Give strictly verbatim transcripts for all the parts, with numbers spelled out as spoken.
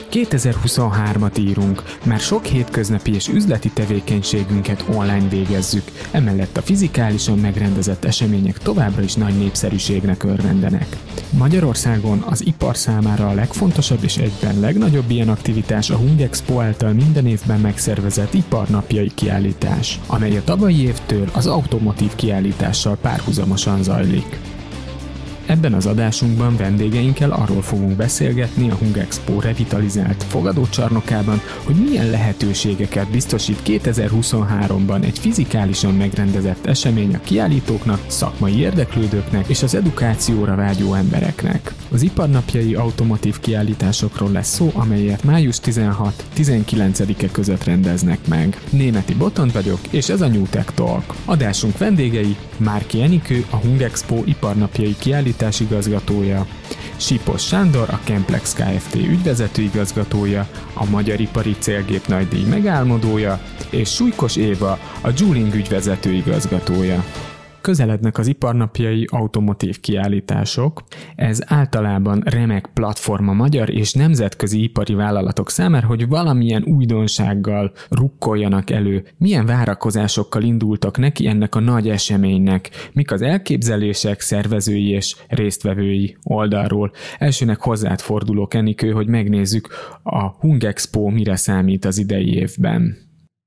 kétezer-huszonhármat írunk, már sok hétköznapi és üzleti tevékenységünket online végezzük, emellett a fizikálisan megrendezett események továbbra is nagy népszerűségnek örvendenek. Magyarországon az ipar számára a legfontosabb és egyben legnagyobb ilyen aktivitás a Hungexpo által minden évben megszervezett iparnapjai kiállítás, amely a tavalyi évtől az automotív kiállítással párhuzamosan zajlik. Ebben az adásunkban vendégeinkkel arról fogunk beszélgetni a Hungexpo revitalizált fogadócsarnokában, hogy milyen lehetőségeket biztosít kétezer-huszonháromban egy fizikálisan megrendezett esemény a kiállítóknak, szakmai érdeklődőknek és az edukációra vágyó embereknek. Az iparnapjai automotív kiállításokról lesz szó, amelyet május tizenhat-tizenkilencedike között rendeznek meg. Németi Botond vagyok, és ez a New Tech Talk. Adásunk vendégei Márki Enikő, a Hungexpo iparnapjai kiállítás igazgatója, Sipos Sándor, a Chemplex Kft. Ügyvezető igazgatója, a Magyar Ipari Célgép Nagydíj megálmodója, és Sújkos Éva, a Juling ügyvezető igazgatója. Közelednek az iparnapjai automotív kiállítások. Ez általában remek platform a magyar és nemzetközi ipari vállalatok számára, hogy valamilyen újdonsággal rukkoljanak elő. Milyen várakozásokkal indultak neki ennek a nagy eseménynek? Mik az elképzelések szervezői és résztvevői oldalról? Elsőnek hozzád fordulok, Enikő, hogy megnézzük, a Hungexpo mire számít az idei évben.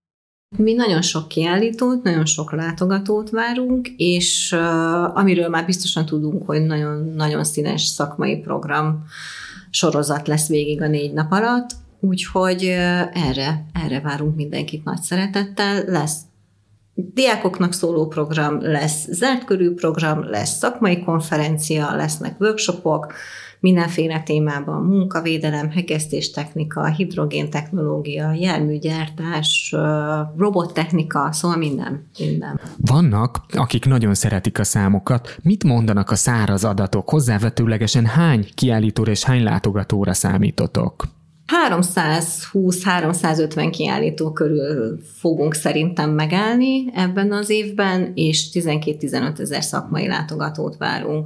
Mi nagyon sok kiállítót, nagyon sok látogatót várunk, és uh, amiről már biztosan tudunk, hogy nagyon, nagyon színes szakmai program sorozat lesz végig a négy nap alatt, úgyhogy uh, erre, erre várunk mindenkit nagy szeretettel. Lesz diákoknak szóló program, lesz zárt körű program, lesz szakmai konferencia, lesznek workshopok, mindenféle témában munkavédelem, hegesztéstechnika, hidrogéntechnológia, járműgyártás, robottechnika, szóval minden, minden. Vannak, akik nagyon szeretik a számokat. Mit mondanak a száraz adatok? Hozzávetőlegesen hány kiállítóra és hány látogatóra számítotok? háromszázhúsz-háromszázötven kiállító körül fogunk szerintem megállni ebben az évben, és tizenkét-tizenöt ezer szakmai látogatót várunk.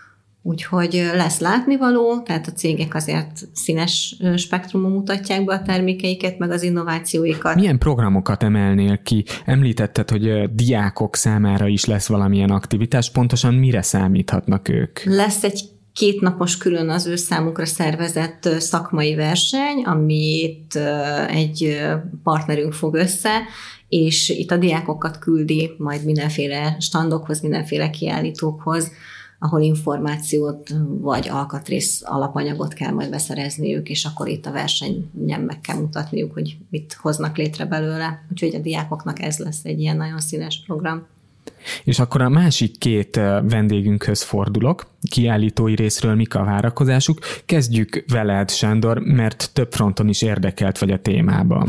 Úgyhogy lesz látnivaló, tehát a cégek azért színes spektrumon mutatják be a termékeiket, meg az innovációikat. Milyen programokat emelnél ki? Említetted, hogy diákok számára is lesz valamilyen aktivitás, pontosan mire számíthatnak ők? Lesz egy kétnapos külön az ő számukra szervezett szakmai verseny, amit egy partnerünk fog össze, és itt a diákokat küldi majd mindenféle standokhoz, mindenféle kiállítókhoz, ahol információt vagy alkatrész alapanyagot kell majd beszerezniük, és akkor itt a versenyen meg kell mutatniuk, hogy mit hoznak létre belőle. Úgyhogy a diákoknak ez lesz egy ilyen nagyon színes program. És akkor a másik két vendégünkhöz fordulok. Kiállítói részről mik a várakozásuk? Kezdjük veled, Sándor, mert több fronton is érdekelt vagy a témában.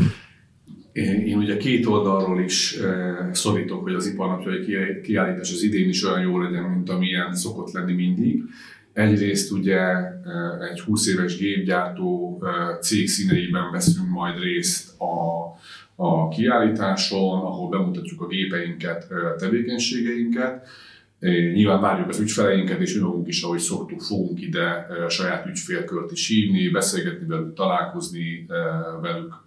Én, én ugye két oldalról is eh, szorítok, hogy az iparnapjai kiállítás az idén is olyan jó legyen, mint amilyen szokott lenni mindig. Egyrészt ugye eh, egy húsz éves gépgyártó eh, cég színeiben veszünk majd részt a, a kiállításon, ahol bemutatjuk a gépeinket, eh, tevékenységeinket. Eh, nyilván várjuk az ügyfeleinket, és mi magunk is, ahogy szoktuk, fogunk ide eh, saját ügyfélkört is hívni, beszélgetni velük, találkozni eh, velük,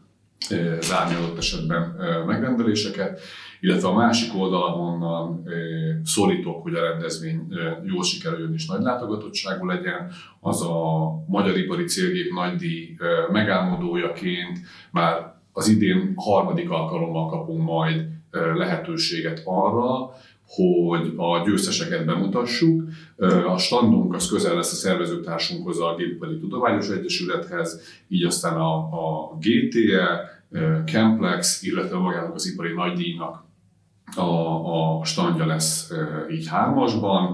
zárni adott esetben megrendeléseket, illetve a másik oldal, ahonnan szólítok, hogy a rendezvény jól sikerüljön és nagy látogatottságú legyen, az a Magyar Ipari Célgép Nagydíj megálmodójaként már az idén harmadik alkalommal kapunk majd lehetőséget arra, hogy a győzteseket bemutassuk. A standunk az közel lesz a szervezőtársunkhoz, a Gépipari Tudományos Egyesülethez, így aztán a, a gé té e, Chemplex, illetve magának az ipari nagydíjnak a, a standja lesz így hármasban,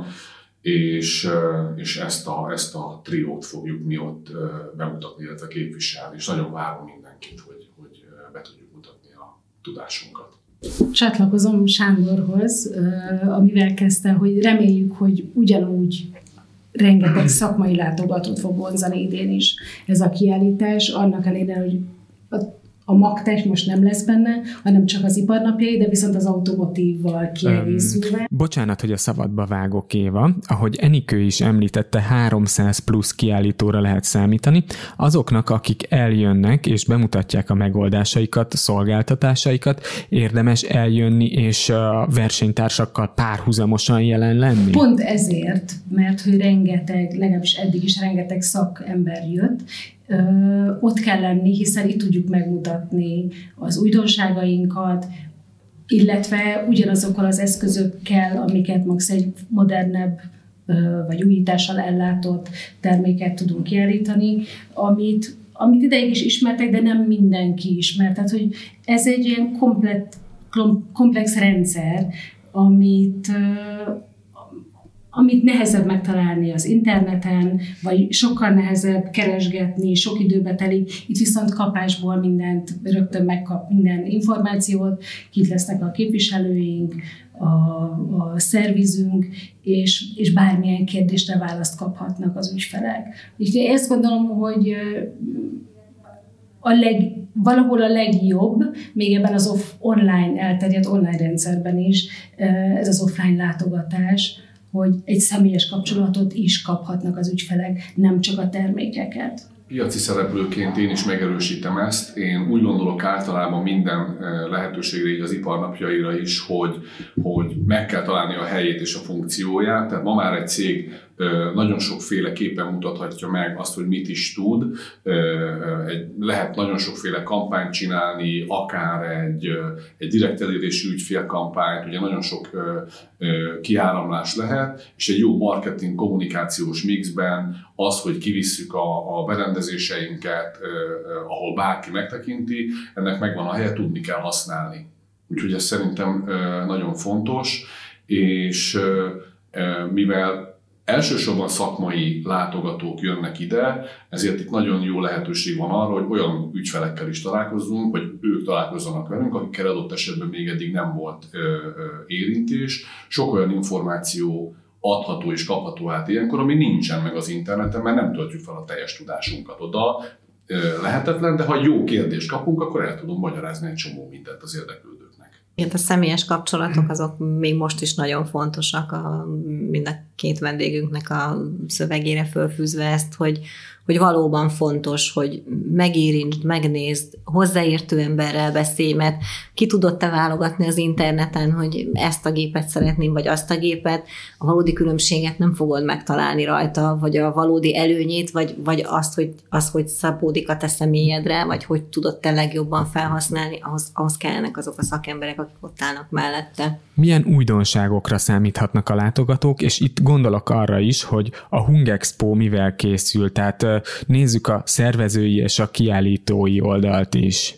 és, és ezt, a, ezt a triót fogjuk mi ott bemutatni, illetve képviselni, és nagyon várom mindenkit, hogy, hogy be tudjuk mutatni a tudásunkat. Csatlakozom Sándorhoz, amivel kezdte, hogy reméljük, hogy ugyanúgy rengeteg szakmai látogatót fog vonzani idén is ez a kiállítás, annak ellenére, hogy A magtech most nem lesz benne, hanem csak az iparnapjai, de viszont az automotívval kiegészülve. Um, bocsánat, hogy a szabadba vágok, Éva. Ahogy Enikő is említette, háromszáz plusz kiállítóra lehet számítani. Azoknak, akik eljönnek és bemutatják a megoldásaikat, szolgáltatásaikat, érdemes eljönni és a versenytársakkal párhuzamosan jelen lenni? Pont ezért, mert hogy rengeteg, legalábbis eddig is rengeteg szakember jött, Ö, ott kell lenni, hiszen itt tudjuk megmutatni az újdonságainkat, illetve ugyanazokkal az eszközökkel, amiket max egy modernebb ö, vagy újítással ellátott terméket tudunk kiállítani, amit, amit ideig is ismertek, de nem mindenki ismert. Tehát, hogy ez egy ilyen komplett, komplex rendszer, amit ö, amit nehezebb megtalálni az interneten, vagy sokkal nehezebb keresgetni, sok időbe telik. Itt viszont kapásból mindent, rögtön megkap minden információt, kint lesznek a képviselőink, a, a szervizünk, és, és bármilyen kérdésre választ kaphatnak az ügyfelek. És én ezt gondolom, hogy a leg, valahol a legjobb, még ebben az off, online, elterjedt online rendszerben is, ez az offline látogatás, hogy egy személyes kapcsolatot is kaphatnak az ügyfelek, nem csak a termékeket. Piaci szereplőként én is megerősítem ezt. Én úgy gondolok általában minden lehetőségre, így az iparnapjaira is, hogy, hogy meg kell találni a helyét és a funkcióját. Tehát ma már egy cég nagyon sokféleképpen mutathatja meg azt, hogy mit is tud. Egy, lehet nagyon sokféle kampányt csinálni, akár egy, egy direkt elérésű ügyfélkampányt, ugye nagyon sok kiáramlás lehet, és egy jó marketing kommunikációs mixben az, hogy kivisszük a, a berendezéseinket, ahol bárki megtekinti, ennek megvan a helye, tudni kell használni. Úgyhogy ez szerintem nagyon fontos, és mivel elsősorban szakmai látogatók jönnek ide, ezért itt nagyon jó lehetőség van arra, hogy olyan ügyfelekkel is találkozzunk, vagy ők találkozzanak velünk, akikkel adott esetben még eddig nem volt ö, ö, érintés. Sok olyan információ adható és kapható át ilyenkor, ami nincsen meg az interneten, mert nem töltjük fel a teljes tudásunkat oda. Ö, lehetetlen, de ha jó kérdést kapunk, akkor el tudom magyarázni egy csomó mindent az érdeklődőknek. Igen, a személyes kapcsolatok azok még most is nagyon fontosak, a, mind a két vendégünknek a szövegére fölfűzve ezt, hogy, hogy valóban fontos, hogy megérintsd, megnézd, hozzáértő emberrel beszélj, mert ki tudod-e válogatni az interneten, hogy ezt a gépet szeretném, vagy azt a gépet, a valódi különbséget nem fogod megtalálni rajta, vagy a valódi előnyét, vagy, vagy azt, hogy, az, hogy szabódik a te személyedre, vagy hogy tudod te legjobban felhasználni, ahhoz, ahhoz kellene azok a szakemberek, akik ott állnak mellette. Milyen újdonságokra számíthatnak a látogatók, és itt gondolok arra is, hogy a Hungexpo mivel készül, tehát nézzük a szervezői és a kiállítói oldalt is.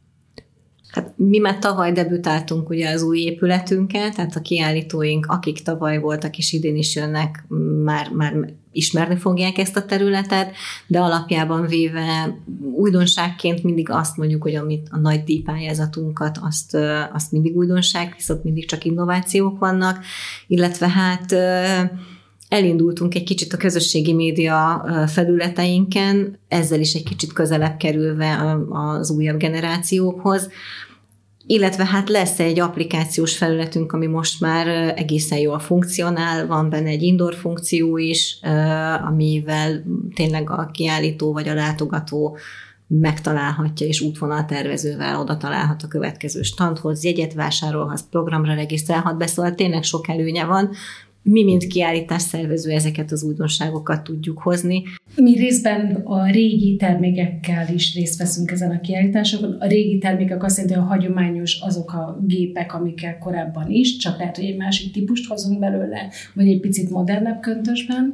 Hát mi már tavaly debütáltunk ugye az új épületünkkel, tehát a kiállítóink, akik tavaly voltak és idén is jönnek, már, már ismerni fogják ezt a területet, de alapjában véve újdonságként mindig azt mondjuk, hogy amit a nagy díjpályázatunkat, azt, azt mindig újdonság, viszont mindig csak innovációk vannak, illetve hát elindultunk egy kicsit a közösségi média felületeinken, ezzel is egy kicsit közelebb kerülve az újabb generációkhoz, illetve hát lesz egy applikációs felületünk, ami most már egészen jól funkcionál, van benne egy indoor funkció is, amivel tényleg a kiállító vagy a látogató megtalálhatja, és útvonaltervezővel oda találhat a következő standhoz, jegyet vásárolhat, programra regisztrálhat be, szóval tényleg sok előnye van. Mi, mint kiállításszervező, ezeket az újdonságokat tudjuk hozni. Mi részben a régi termékekkel is részt veszünk ezen a kiállításokon. A régi termékek azt jelenti, hogy a hagyományos azok a gépek, amikkel korábban is, csak lehet, hogy egy másik típust hozunk belőle, vagy egy picit modernebb köntösben.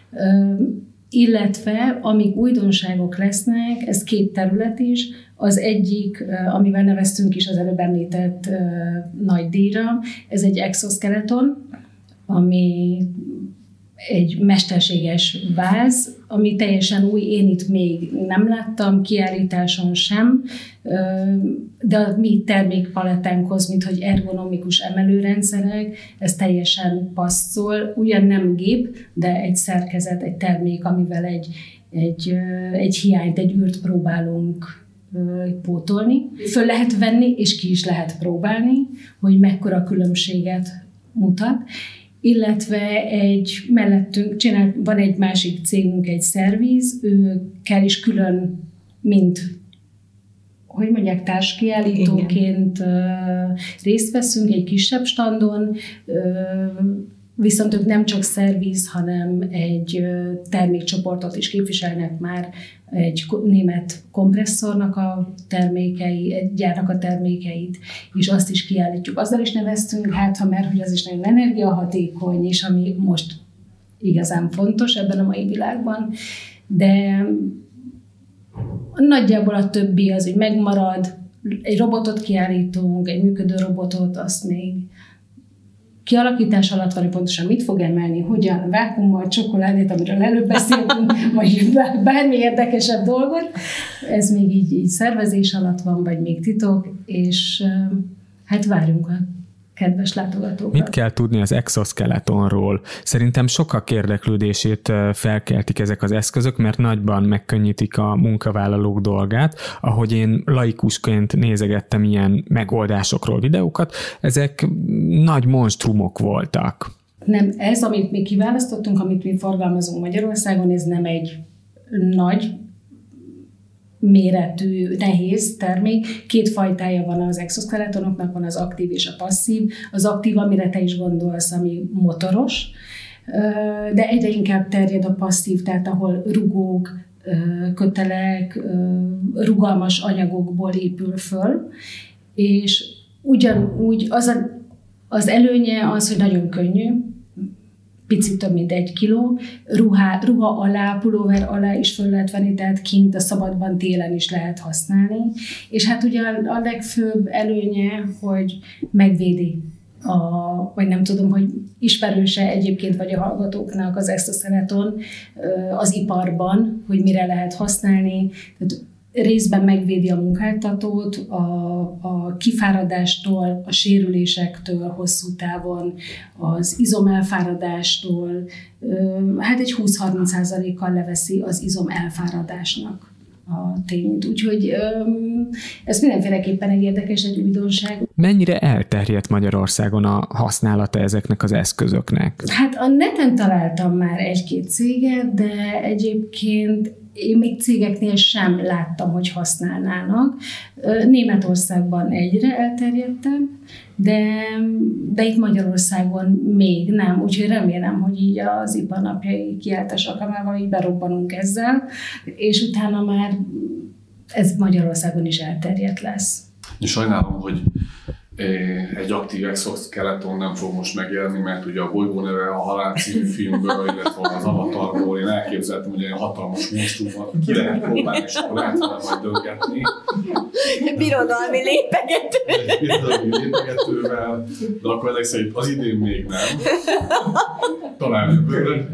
Illetve, amik újdonságok lesznek, ez két terület is. Az egyik, amivel neveztünk is az előbb említett nagy díjra, ez egy exoskeleton, ami egy mesterséges váz, ami teljesen új, én itt még nem láttam, kiállításon sem, de a mi termékpalettánkhoz, mint hogy ergonomikus emelőrendszerek, ez teljesen passzol, ugyan nem gép, de egy szerkezet, egy termék, amivel egy, egy, egy hiányt, egy űrt próbálunk pótolni. Föl lehet venni, és ki is lehet próbálni, hogy mekkora különbséget mutat. Illetve egy mellettünk, csinál, van egy másik cégünk, egy szerviz, őkkel is külön, mint, hogy mondják, társkiállítóként Igen. részt veszünk egy kisebb standon, viszont ők nem csak szerviz, hanem egy termékcsoportot is képviselnek már, egy német kompresszornak a termékei, egy gyárnak a termékeit, és azt is kiállítjuk. Azzal is neveztünk, hát ha mert hogy az is nagyon energiahatékony, és ami most igazán fontos ebben a mai világban, de nagyjából a többi az, hogy megmarad, egy robotot kiállítunk, egy működő robotot, azt még kialakítás alatt van, hogy pontosan mit fog emelni, hogyan, vákuummal, csokoládét, amiről előbb beszéltünk, vagy bármi érdekesebb dolgot. Ez még így, így szervezés alatt van, vagy még titok, és hát várjunk a kedves látogatókat. Mit kell tudni az exoskeletonról? Szerintem sokak érdeklődését felkeltik ezek az eszközök, mert nagyban megkönnyítik a munkavállalók dolgát. Ahogy én laikusként nézegettem ilyen megoldásokról videókat, ezek nagy monstrumok voltak. Nem, ez, amit mi kiválasztottunk, amit mi forgalmazunk Magyarországon, ez nem egy nagy méretű, nehéz termék. Két fajtája van az exoskeletonoknak, van az aktív és a passzív. Az aktív, amire te is gondolsz, ami motoros, de egyre inkább terjed a passzív, tehát ahol rugók, kötelek, rugalmas anyagokból épül föl, és ugyanúgy az, a, az előnye az, hogy nagyon könnyű, picit több, mint egy kiló, ruha, ruha alá, pulóver alá is föl lehet venni, tehát kint a szabadban télen is lehet használni. És hát ugye a legfőbb előnye, hogy megvédi, a, vagy nem tudom, hogy ismerőse egyébként vagy a hallgatóknak az exoskeleton az iparban, hogy mire lehet használni. Tehát részben megvédi a munkáltatót a, a kifáradástól, a sérülésektől hosszú távon, az izomelfáradástól, hát egy húsz-harminc százalékkal leveszi az izomelfáradásnak a tényt. Úgyhogy ez mindenféleképpen egy érdekes, egy újdonság. Mennyire elterjedt Magyarországon a használata ezeknek az eszközöknek? Hát a neten találtam már egy-két céget, de egyébként én még cégeknél sem láttam, hogy használnának. Németországban egyre elterjedtebb, de, de itt Magyarországon még nem. Úgyhogy remélem, hogy így az iparnapjai kiáltás alkalmával így berobbanunk ezzel, és utána már ez Magyarországon is elterjedt lesz. És sajnálom, hogy egy aktív exoskeleton nem fog most megjelenni, mert ugye a Bolygó neve a Halál című filmből, illetve az Avatarból én elképzeltem, hogy egy hatalmas monstrumot ki lehet próbálni, és akkor lehet majd döngetni. Birodalmi lépegető. Birodalmi lépegetővel, de akkor ezek szerint az idén még nem. Talán jövőre.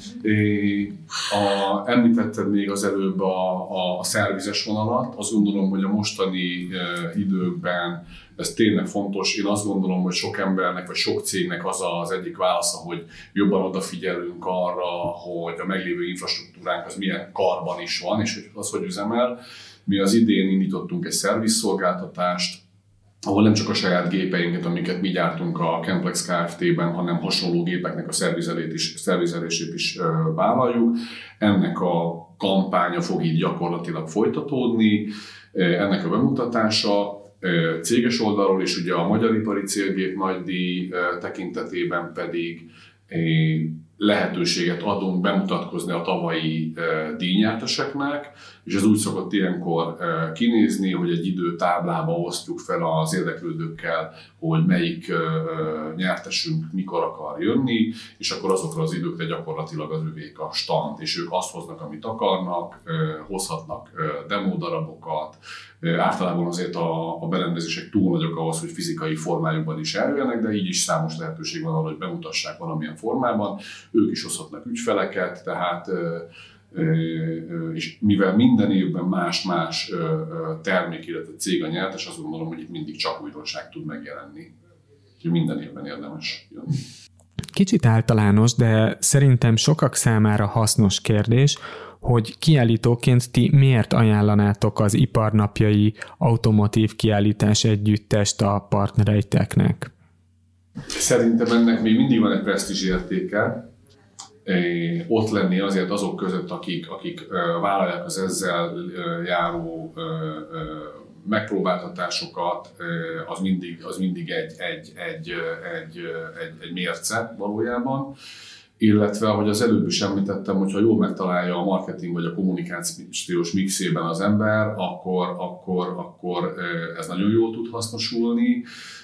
Említetted még az előbb a, a, a szervizes vonalat. Azt gondolom, hogy a mostani uh, időkben ez tényleg fontos. Én azt gondolom, hogy sok embernek, vagy sok cégnek az az egyik válasza, hogy jobban odafigyelünk arra, hogy a meglévő infrastruktúránk az milyen karban is van, és hogy az, hogy üzemel. Mi az idén indítottunk egy szervizszolgáltatást, ahol nem csak a saját gépeinket, amiket mi gyártunk a Chemplex Kft-ben, hanem hasonló gépeknek a is, szervizelését is ö, vállaljuk. Ennek a kampánya fog így gyakorlatilag folytatódni, ennek a bemutatása céges oldalról, és ugye a Magyar Ipari Célgép Nagydíj tekintetében pedig lehetőséget adunk bemutatkozni a tavalyi díjnyerteseknek, és ez úgy szokott ilyenkor kinézni, hogy egy időtáblába osztjuk fel az érdeklődőkkel, hogy melyik nyertesünk mikor akar jönni, és akkor azokra az időkre gyakorlatilag az övék a stand, és ők azt hoznak, amit akarnak, hozhatnak demódarabokat. Általában azért a, a berendezések túl nagyok ahhoz, hogy fizikai formájukban is eljöjjenek, de így is számos lehetőség van arra, hogy bemutassák valamilyen formában. Ők is hozhatnak ügyfeleket, tehát és mivel minden évben más-más termék, illetve cég a nyertes, azt gondolom, hogy itt mindig csak újdonság tud megjelenni. Úgyhogy minden évben érdemes jönni. Kicsit általános, de szerintem sokak számára hasznos kérdés, hogy kiállítóként ti miért ajánlanátok az iparnapjai automotív kiállítás együttest a partnereiteknek? Szerintem ennek még mindig van egy presztízs értéke. Ott lenni azért azok között, akik, akik vállalják az ezzel járó megpróbáltatásokat, az mindig, az mindig egy, egy, egy, egy, egy, egy mérce valójában. Illetve, ahogy az előbb is említettem, hogyha jól megtalálja a marketing vagy a kommunikációs mixében az ember, akkor, akkor, akkor ez nagyon jól tud hasznosulni.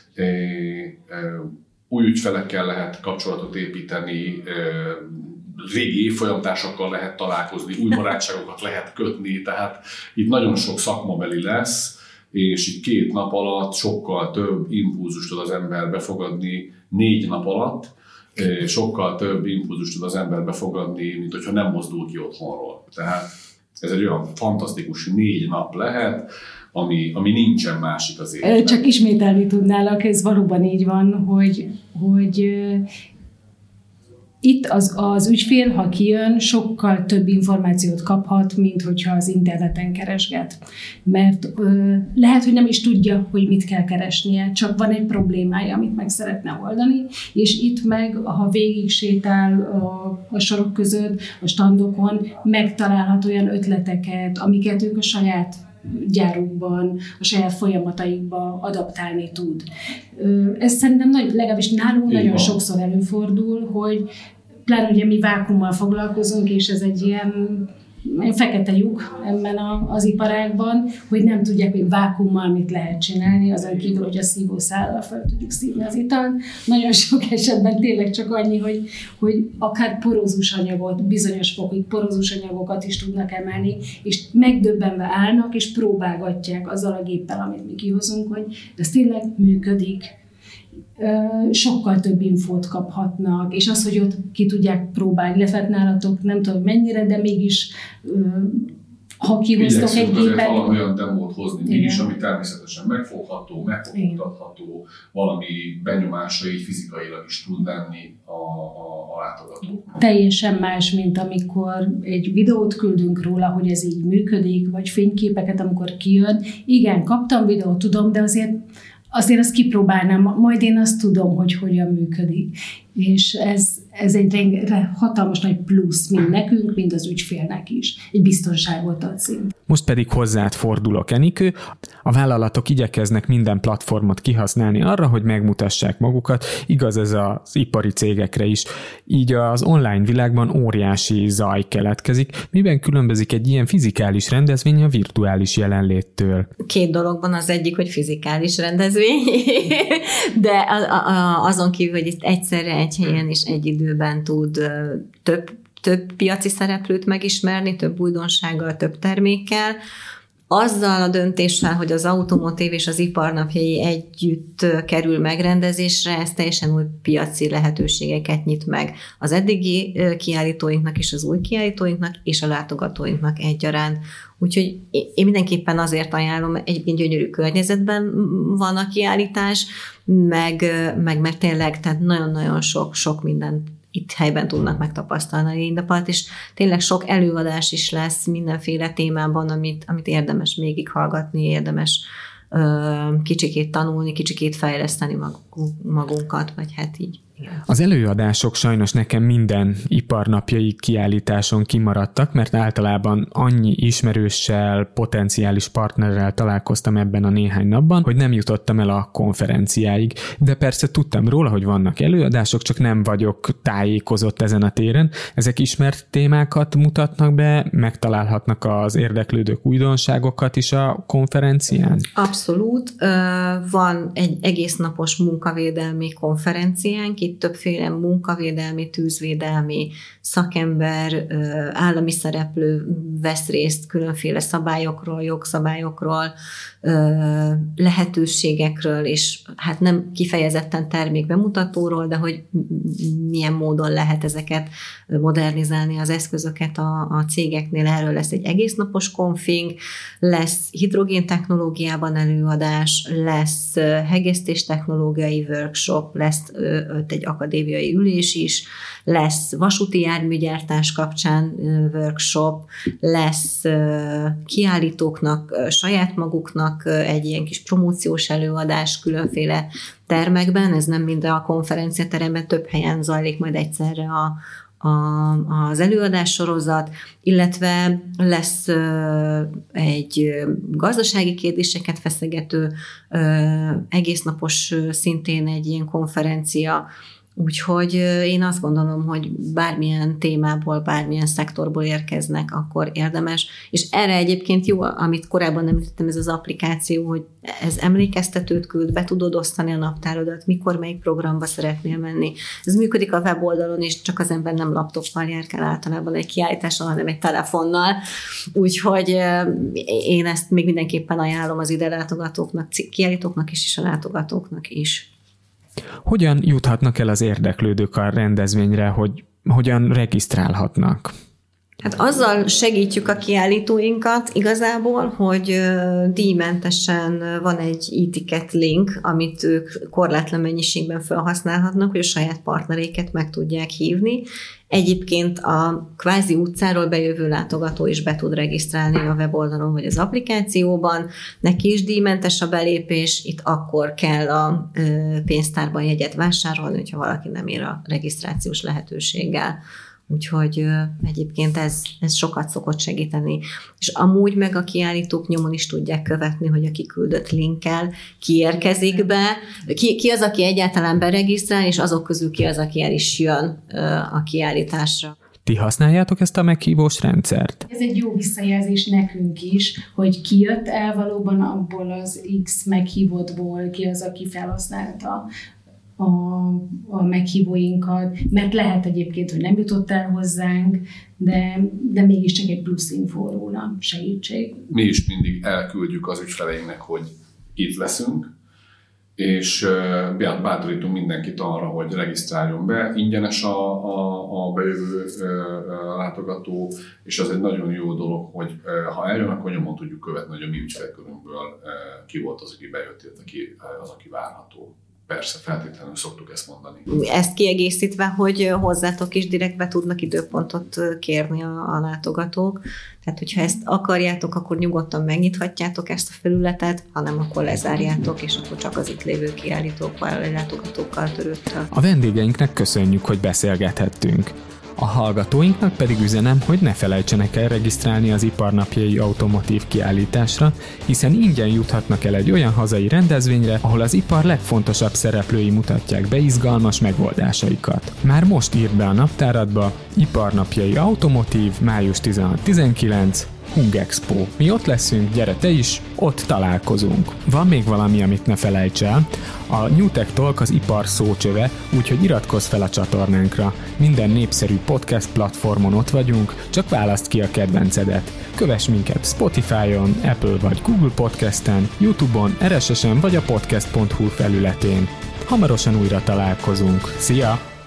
Új ügyfelekkel lehet kapcsolatot építeni, régi évfolyamtársakkal lehet találkozni, új barátságokat lehet kötni, tehát itt nagyon sok szakmabeli lesz, és itt két nap alatt sokkal több impulzust tud az ember befogadni, négy nap alatt, sokkal több impulzust tud az ember befogadni, mint hogyha nem mozdul ki otthonról. Tehát ez egy olyan fantasztikus négy nap lehet, ami, ami nincsen másik az életben. Csak ismételni tudnálak, ez valóban így van, hogy, hogy itt az, az ügyfél, ha kijön, sokkal több információt kaphat, mint hogyha az interneten keresget. Mert ö, lehet, hogy nem is tudja, hogy mit kell keresnie, csak van egy problémája, amit meg szeretne oldani, és itt meg, ha végig sétál a, a sorok között, a standokon, megtalálhat olyan ötleteket, amiket ők a saját gyárukban, a saját folyamataikba adaptálni tud. Ez szerintem nagy, legalábbis nálunk nagyon sokszor előfordul, hogy pláne ugye mi vákuummal foglalkozunk, és ez egy ilyen fekete lyuk ebben az iparágban, hogy nem tudják, hogy vákuummal mit lehet csinálni, azon kívül, hogy a szívószállal fel tudjuk szívni az italt. Nagyon sok esetben tényleg csak annyi, hogy, hogy akár porózus anyagot, bizonyos fokig porózus anyagokat is tudnak emelni, és megdöbbenve állnak, és próbálgatják azzal a géppel, amit mi kihozunk, hogy ez tényleg működik. Sokkal több infót kaphatnak, és az, hogy ott ki tudják próbálni, illetve nálatok nem tudom mennyire, de mégis ha kihoztok egy gépet... valami olyan demót hozni mi is, ami természetesen megfogható, megfogható, valami benyomása így fizikailag is tud lenni a, a, a látogató. Teljesen más, mint amikor egy videót küldünk róla, hogy ez így működik, vagy fényképeket, amikor kijön. Igen, kaptam videót, tudom, de azért Azért azt kipróbálnám, majd én azt tudom, hogy hogyan működik. És ez, ez egy hatalmas nagy plusz, mind nekünk, mind az ügyfélnek is. Egy biztonságot ad szint. Most pedig hozzád fordulok, Enikő. A vállalatok igyekeznek minden platformot kihasználni arra, hogy megmutassák magukat. Igaz ez az ipari cégekre is. Így az online világban óriási zaj keletkezik. Miben különbözik egy ilyen fizikális rendezvény a virtuális jelenléttől? Két dologban az egyik, hogy fizikális rendezvény, de azon kívül, hogy itt egyszerre egy helyen és egy időben tud több, több piaci szereplőt megismerni, több újdonsággal, több termékkel. Azzal a döntéssel, hogy az automotív és az iparnapjai együtt kerül megrendezésre, ez teljesen új piaci lehetőségeket nyit meg az eddigi kiállítóinknak és az új kiállítóinknak és a látogatóinknak egyaránt. Úgyhogy én mindenképpen azért ajánlom, egyébként gyönyörű környezetben van a kiállítás, meg, meg mert tényleg tehát nagyon-nagyon sok, sok mindent itt helyben tudnak megtapasztalni a lénydapalt, és tényleg sok előadás is lesz mindenféle témában, amit, amit érdemes végighallgatni, érdemes ö, kicsikét tanulni, kicsikét fejleszteni magunkat, vagy hát így. Igen. Az előadások sajnos nekem minden iparnapjai kiállításon kimaradtak, mert általában annyi ismerőssel, potenciális partnerrel találkoztam ebben a néhány napban, hogy nem jutottam el a konferenciáig. De persze tudtam róla, hogy vannak előadások, csak nem vagyok tájékozott ezen a téren. Ezek ismert témákat mutatnak be, megtalálhatnak az érdeklődők újdonságokat is a konferencián? Abszolút. Van egy egész napos munkavédelmi konferenciánk, itt többféle munkavédelmi, tűzvédelmi szakember, állami szereplő vesz részt különféle szabályokról, jogszabályokról, lehetőségekről, és hát nem kifejezetten termékbemutatóról, de hogy milyen módon lehet ezeket modernizálni, az eszközöket a, a cégeknél. Erről lesz egy egésznapos konfig, lesz hidrogén technológiában előadás, lesz hegesztés technológiai workshop, lesz egy akadémiai ülés is, lesz vasúti járműgyártás kapcsán workshop, lesz kiállítóknak, saját maguknak egy ilyen kis promóciós előadás különféle termekben, ez nem mind a konferenciateremben, több helyen zajlik majd egyszerre a, a, az előadás sorozat, illetve lesz egy gazdasági kérdéseket feszegető egésznapos szintén egy ilyen konferencia. Úgyhogy én azt gondolom, hogy bármilyen témából, bármilyen szektorból érkeznek, akkor érdemes. És erre egyébként jó, amit korábban említettem, ez az applikáció, hogy ez emlékeztetőt küld, be tudod osztani a naptárodat, mikor, melyik programba szeretnél menni. Ez működik a weboldalon, és csak az ember nem laptoppal járkál általában egy kiállításon, hanem egy telefonnal. Úgyhogy én ezt még mindenképpen ajánlom az ide látogatóknak, kiállítóknak is, és a látogatóknak is. Hogyan juthatnak el az érdeklődők a rendezvényre, hogy hogyan regisztrálhatnak? Hát azzal segítjük a kiállítóinkat igazából, hogy díjmentesen van egy e-ticket link, amit ők korlátlan mennyiségben felhasználhatnak, hogy a saját partneréket meg tudják hívni. Egyébként a kvázi utcáról bejövő látogató is be tud regisztrálni a weboldalon vagy az applikációban. Neki is díjmentes a belépés, itt akkor kell a pénztárban jegyet vásárolni, hogyha valaki nem ér a regisztrációs lehetőséggel. Úgyhogy egyébként ez, ez sokat szokott segíteni. És amúgy meg a kiállítók nyomon is tudják követni, hogy a kiküldött linkkel kiérkezik be, ki, ki az, aki egyáltalán beregisztrál, és azok közül ki az, aki el is jön a kiállításra. Ti használjátok ezt a meghívós rendszert? Ez egy jó visszajelzés nekünk is, hogy ki jött el valóban abból az X meghívottból, ki az, aki felhasználta A, a meghívóinkat, mert lehet egyébként, hogy nem jutott el hozzánk, de, de mégiscsak egy plusz infó róla, segítség. Mi is mindig elküldjük az ügyfeleinknek, hogy itt leszünk, és bátorítunk mindenkit arra, hogy regisztráljon be. Ingyenes a, a, a bejövő látogató, és az egy nagyon jó dolog, hogy ha eljön, akkor nyomon tudjuk követni, hogy a mi ügyfélkörünkből ki volt az, aki bejött, illetve ki az, aki várható. Persze, feltétlenül szoktuk ezt mondani. Ezt kiegészítve, hogy hozzátok is direktbe tudnak időpontot kérni a, a látogatók. Tehát, hogyha ezt akarjátok, akkor nyugodtan megnyithatjátok ezt a felületet, hanem akkor lezárjátok, és akkor csak az itt lévő kiállítókkal, látogatókkal törődtök. A vendégeinknek köszönjük, hogy beszélgethettünk. A hallgatóinknak pedig üzenem, hogy ne felejtsenek el regisztrálni az Iparnapjai automotív kiállításra, hiszen ingyen juthatnak el egy olyan hazai rendezvényre, ahol az ipar legfontosabb szereplői mutatják be izgalmas megoldásaikat. Már most írd be a naptáradba Iparnapjai automotív május tizenhat-tizenkilenc Hungexpo. Mi ott leszünk, gyere te is, ott találkozunk. Van még valami, amit ne felejts el. A Newtek Talk az ipar szócsöve, úgyhogy iratkozz fel a csatornánkra. Minden népszerű podcast platformon ott vagyunk, csak válaszd ki a kedvencedet. Kövess minket Spotify-on, Apple vagy Google Podcasten, YouTube-on, er es es en vagy a podcast pont hu felületén. Hamarosan újra találkozunk. Szia!